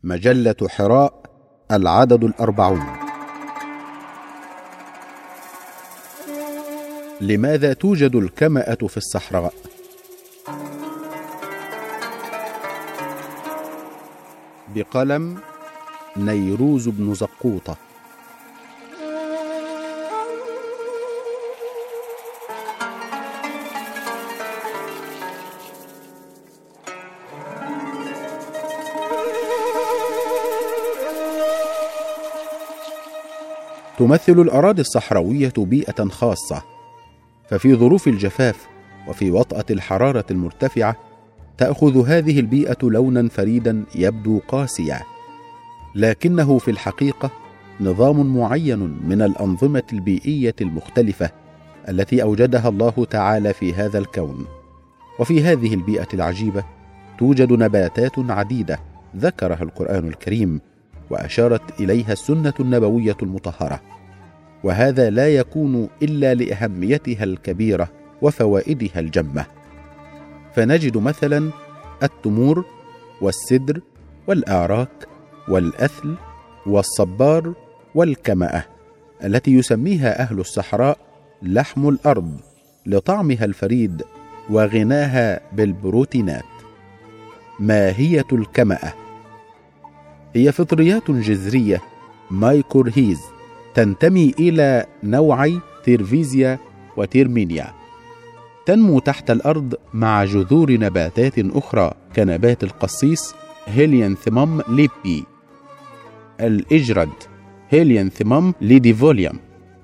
مجلة حراء، العدد 40. لماذا توجد الكمأة في الصحراء؟ بقلم نيروز بن زقوطة. تمثل الأراضي الصحراوية بيئة خاصة، ففي ظروف الجفاف وفي وطأة الحرارة المرتفعة تأخذ هذه البيئة لونا فريدا يبدو قاسيا، لكنه في الحقيقة نظام معين من الأنظمة البيئية المختلفة التي أوجدها الله تعالى في هذا الكون. وفي هذه البيئة العجيبة توجد نباتات عديدة ذكرها القرآن الكريم وأشارت إليها السنة النبوية المطهرة، وهذا لا يكون إلا لأهميتها الكبيرة وفوائدها الجمة. فنجد مثلا التمور والسدر والآراك والأثل والصبار والكمأة التي يسميها أهل الصحراء لحم الأرض لطعمها الفريد وغناها بالبروتينات. ماهية الكمأة؟ هي فطريات جذرية مايكورهيز تنتمي إلى نوعي تيرفيزيا وتيرمينيا، تنمو تحت الأرض مع جذور نباتات أخرى كنبات القصيص هيليانثيمم ليبي، الإجرد هيليانثيمم ليديفوليوم،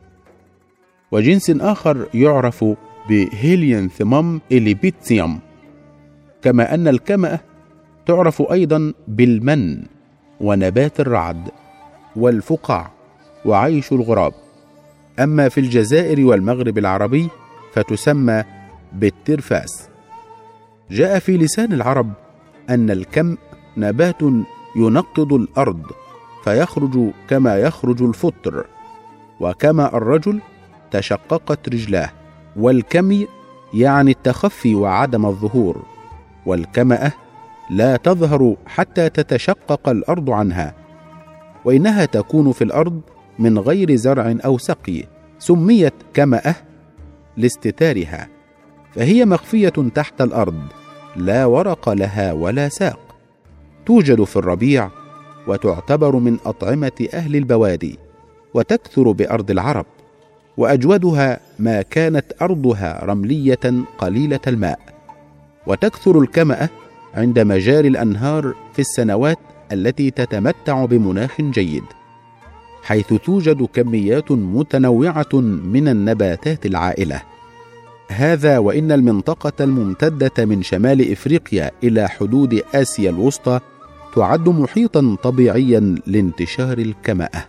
وجنس آخر يعرف بهيليانثيمم إليبيتسيوم. كما أن الكمأة تعرف أيضا بالمن ونبات الرعد والفقع وعيش الغراب. أما في الجزائر والمغرب العربي فتسمى بالترفاس. جاء في لسان العرب أن الكم نبات ينقض الأرض فيخرج كما يخرج الفطر، وكما الرجل تشققت رجلاه، والكمي يعني التخفي وعدم الظهور، والكمأة لا تظهر حتى تتشقق الأرض عنها، وإنها تكون في الأرض من غير زرع أو سقي. سميت كمأة لاستتارها، فهي مخفية تحت الأرض لا ورق لها ولا ساق. توجد في الربيع وتعتبر من أطعمة أهل البوادي، وتكثر بأرض العرب، وأجودها ما كانت أرضها رملية قليلة الماء. وتكثر الكمأة عند مجاري الأنهار في السنوات التي تتمتع بمناخ جيد، حيث توجد كميات متنوعة من النباتات العائلة. هذا وإن المنطقة الممتدة من شمال إفريقيا إلى حدود آسيا الوسطى تعد محيطا طبيعيا لانتشار الكمأة.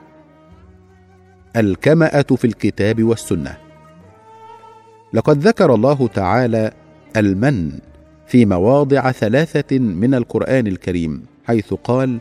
الكمأة في الكتاب والسنة. لقد ذكر الله تعالى المن في مواضع 3 من القرآن الكريم، حيث قال: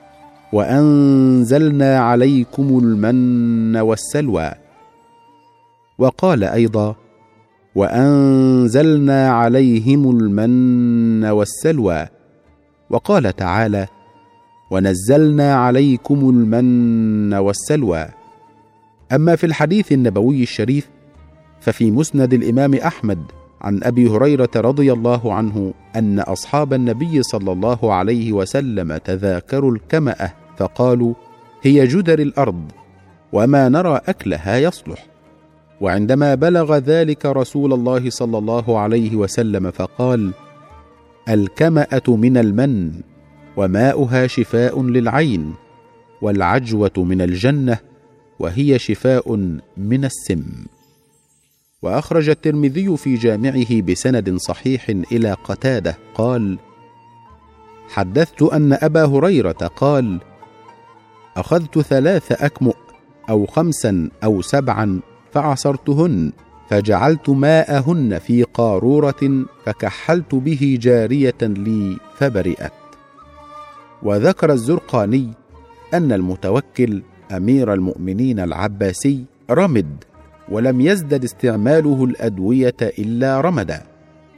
وأنزلنا عليكم المن والسلوى، وقال أيضا: وأنزلنا عليهم المن والسلوى، وقال تعالى: ونزلنا عليكم المن والسلوى. أما في الحديث النبوي الشريف ففي مسند الإمام أحمد عن أبي هريرة رضي الله عنه أن أصحاب النبي صلى الله عليه وسلم تذاكروا الكمأة فقالوا: هي جدر الأرض وما نرى أكلها يصلح. وعندما بلغ ذلك رسول الله صلى الله عليه وسلم فقال: الكمأة من المن وماؤها شفاء للعين، والعجوة من الجنة وهي شفاء من السم. وأخرج الترمذي في جامعه بسند صحيح إلى قتادة قال: حدثت أن أبا هريرة قال: أخذت 3 أكمؤ أو 5 أو 7 فعصرتهن، فجعلت ماءهن في قارورة فكحلت به جارية لي فبرئت. وذكر الزرقاني أن المتوكل أمير المؤمنين العباسي رمد ولم يزدد استعماله الأدوية إلا رمدا.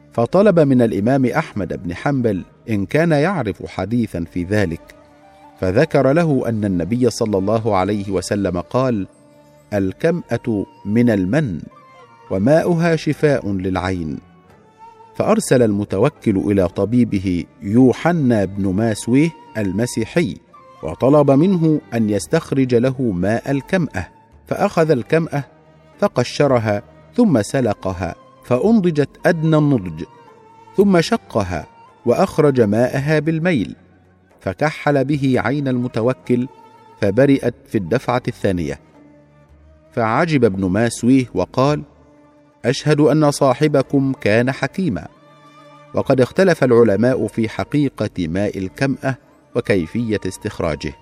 فطلب من الإمام أحمد بن حنبل إن كان يعرف حديثا في ذلك، فذكر له أن النبي صلى الله عليه وسلم قال: الكمأة من المن وماؤها شفاء للعين. فأرسل المتوكل إلى طبيبه يوحنا بن ماسويه المسيحي، وطلب منه أن يستخرج له ماء الكمأة، فأخذ الكمأة فقشرها ثم سلقها فأنضجت أدنى النضج، ثم شقها وأخرج ماءها بالميل، فكحل به عين المتوكل فبرئت في الدفعة الثانية. فعجب ابن ماسويه وقال: أشهد أن صاحبكم كان حكيما. وقد اختلف العلماء في حقيقة ماء الكمأة وكيفية استخراجه.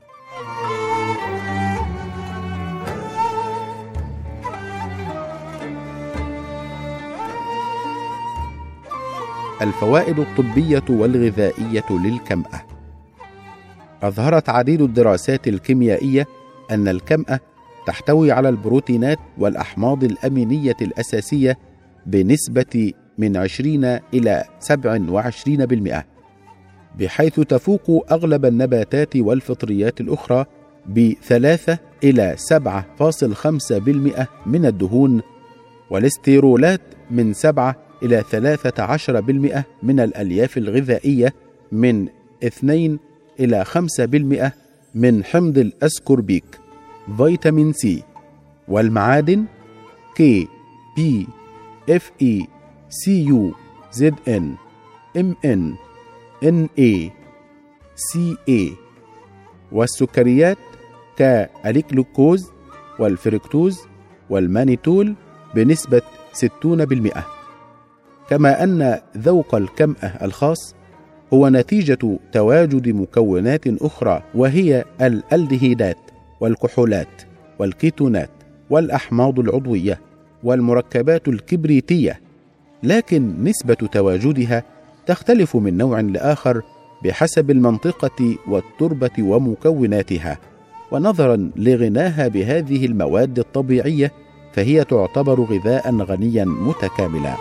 الفوائد الطبية والغذائية للكمأة. أظهرت عديد الدراسات الكيميائية أن الكمأة تحتوي على البروتينات والأحماض الأمينية الأساسية بنسبة من 20 إلى 27%، بحيث تفوق أغلب النباتات والفطريات الأخرى ب3 إلى 7.5% من الدهون، والاستيرولات من 7 إلى 13% من الألياف الغذائية، من 2 إلى 5% من حمض الأسكوربيك، فيتامين سي، والمعادن كي، بي، اف اي، سي يو، زد ان، ام ان، ان اي، سي اي، والسكريات كالجلوكوز والفركتوز والمانيتول بنسبة 60%. كما أن ذوق الكمأة الخاص هو نتيجة تواجد مكونات أخرى، وهي الألدهيدات والكحولات والكيتونات والأحماض العضوية والمركبات الكبريتية، لكن نسبة تواجدها تختلف من نوع لآخر بحسب المنطقة والتربة ومكوناتها، ونظرا لغناها بهذه المواد الطبيعية فهي تعتبر غذاء غنيا متكاملا.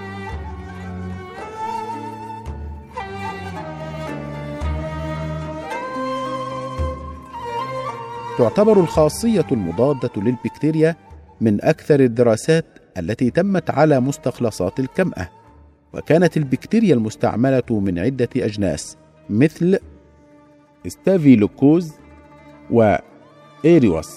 تعتبر الخاصية المضادة للبكتيريا من أكثر الدراسات التي تمت على مستخلصات الكمأة، وكانت البكتيريا المستعملة من عدة أجناس مثل ستافيلوكوز وإيريوس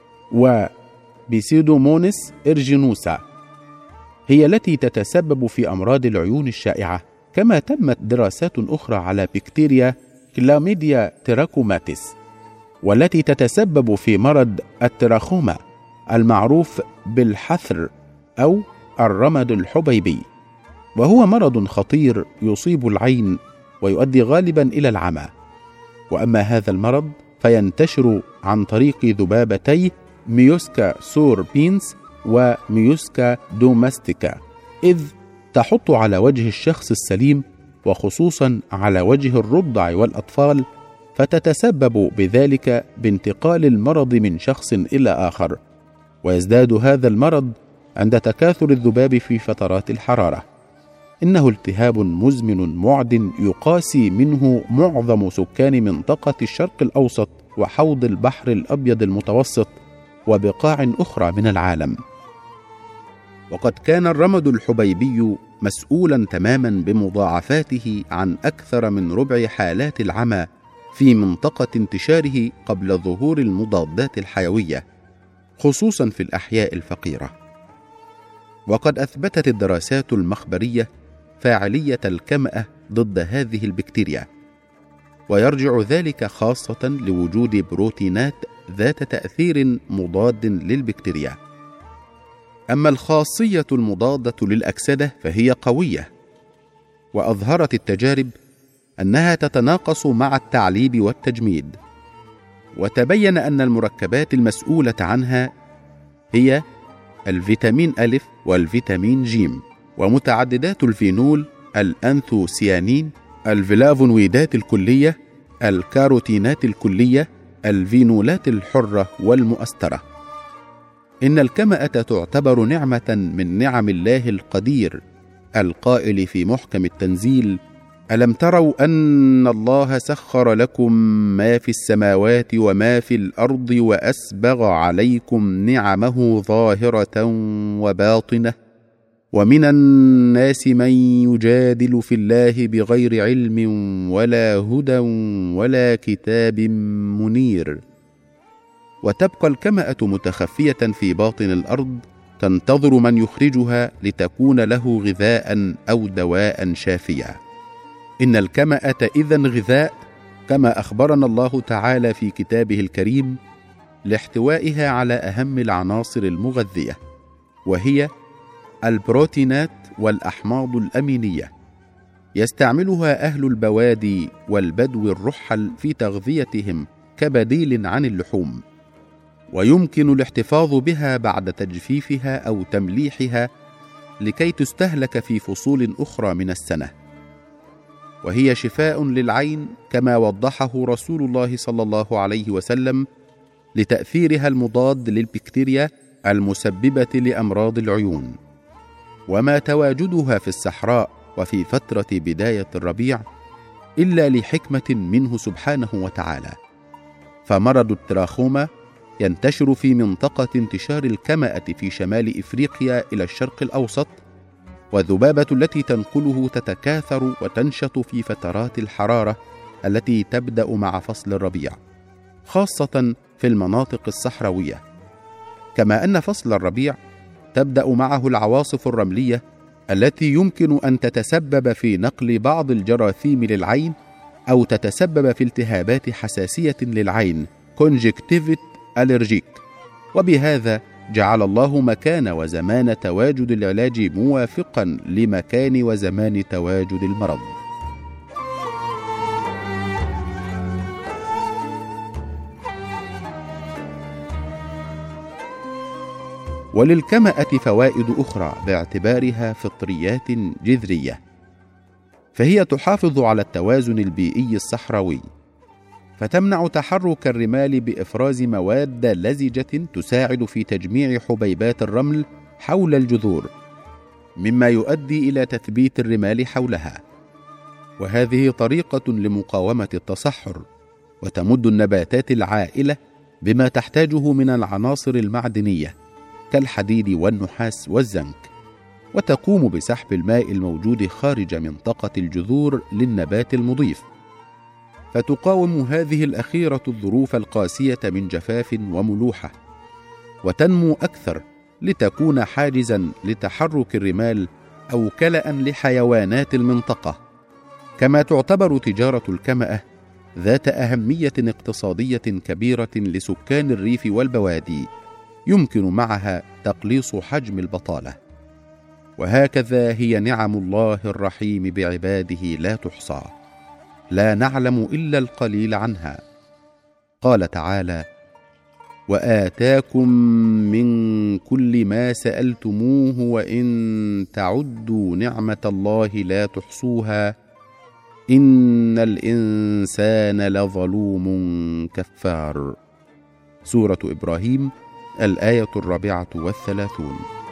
وبيسيدومونس إرجينوسا هي التي تتسبب في أمراض العيون الشائعة. كما تمت دراسات أخرى على بكتيريا كلاميديا تراكوماتيس، والتي تتسبب في مرض التراخوما المعروف بالحثر أو الرمد الحبيبي، وهو مرض خطير يصيب العين ويؤدي غالبا إلى العمى. وأما هذا المرض فينتشر عن طريق ذبابتي ميوسكا سوربينس وميوسكا دوماستيكا، إذ تحط على وجه الشخص السليم وخصوصا على وجه الرضع والأطفال، فتتسبب بذلك بانتقال المرض من شخص إلى آخر، ويزداد هذا المرض عند تكاثر الذباب في فترات الحرارة. إنه التهاب مزمن معد يقاسي منه معظم سكان منطقة الشرق الأوسط وحوض البحر الأبيض المتوسط وبقاع أخرى من العالم. وقد كان الرمد الحبيبي مسؤولا تماما بمضاعفاته عن أكثر من ربع حالات العمى في منطقة انتشاره قبل ظهور المضادات الحيوية، خصوصا في الأحياء الفقيرة. وقد أثبتت الدراسات المخبرية فاعلية الكمأة ضد هذه البكتيريا، ويرجع ذلك خاصة لوجود بروتينات ذات تأثير مضاد للبكتيريا. أما الخاصية المضادة للأكسدة فهي قوية، وأظهرت التجارب أنها تتناقص مع التعليب والتجميد، وتبين أن المركبات المسؤولة عنها هي الفيتامين أ والفيتامين ج، ومتعددات الفينول، الأنثوسيانين، الفلافونويدات الكلية، الكاروتينات الكلية، الفينولات الحرة والمؤسترة. إن الكمأة تعتبر نعمة من نعم الله القدير، القائل في محكم التنزيل: ألم تروا أن الله سخر لكم ما في السماوات وما في الأرض وأسبغ عليكم نعمه ظاهرة وباطنة ومن الناس من يجادل في الله بغير علم ولا هدى ولا كتاب منير. وتبقى الكمأة متخفية في باطن الأرض تنتظر من يخرجها لتكون له غذاء أو دواء شافيا. إن الكمأة إذن غذاء كما أخبرنا الله تعالى في كتابه الكريم لاحتوائها على أهم العناصر المغذية، وهي البروتينات والأحماض الأمينية، يستعملها أهل البوادي والبدو الرحل في تغذيتهم كبديل عن اللحوم، ويمكن الاحتفاظ بها بعد تجفيفها أو تمليحها لكي تستهلك في فصول أخرى من السنة. وهي شفاء للعين كما وضحه رسول الله صلى الله عليه وسلم لتأثيرها المضاد للبكتيريا المسببة لأمراض العيون. وما تواجدها في الصحراء وفي فترة بداية الربيع إلا لحكمة منه سبحانه وتعالى. فمرض التراخوما ينتشر في منطقة انتشار الكمأة في شمال إفريقيا إلى الشرق الأوسط، والذبابة التي تنقله تتكاثر وتنشط في فترات الحرارة التي تبدأ مع فصل الربيع، خاصة في المناطق الصحراوية. كما أن فصل الربيع تبدأ معه العواصف الرملية التي يمكن أن تتسبب في نقل بعض الجراثيم للعين أو تتسبب في التهابات حساسية للعين كونجكتيفيت ألرجيك. وبهذا جعل الله مكان وزمان تواجد العلاج موافقا لمكان وزمان تواجد المرض. وللكمأة فوائد أخرى باعتبارها فطريات جذرية، فهي تحافظ على التوازن البيئي الصحراوي، فتمنع تحرك الرمال بإفراز مواد لزجة تساعد في تجميع حبيبات الرمل حول الجذور، مما يؤدي إلى تثبيت الرمال حولها. وهذه طريقة لمقاومة التصحر، وتمد النباتات العائلة بما تحتاجه من العناصر المعدنية كالحديد والنحاس والزنك، وتقوم بسحب الماء الموجود خارج منطقة الجذور للنبات المضيف، فتقاوم هذه الأخيرة الظروف القاسية من جفاف وملوحة، وتنمو أكثر لتكون حاجزا لتحرك الرمال أو كلأ لحيوانات المنطقة. كما تعتبر تجارة الكمأة ذات أهمية اقتصادية كبيرة لسكان الريف والبوادي، يمكن معها تقليص حجم البطالة. وهكذا هي نعم الله الرحيم بعباده لا تحصى، لا نعلم إلا القليل عنها. قال تعالى: وآتاكم من كل ما سألتموه وإن تعدوا نعمة الله لا تحصوها إن الإنسان لظلوم كفار. سورة إبراهيم الآية 34.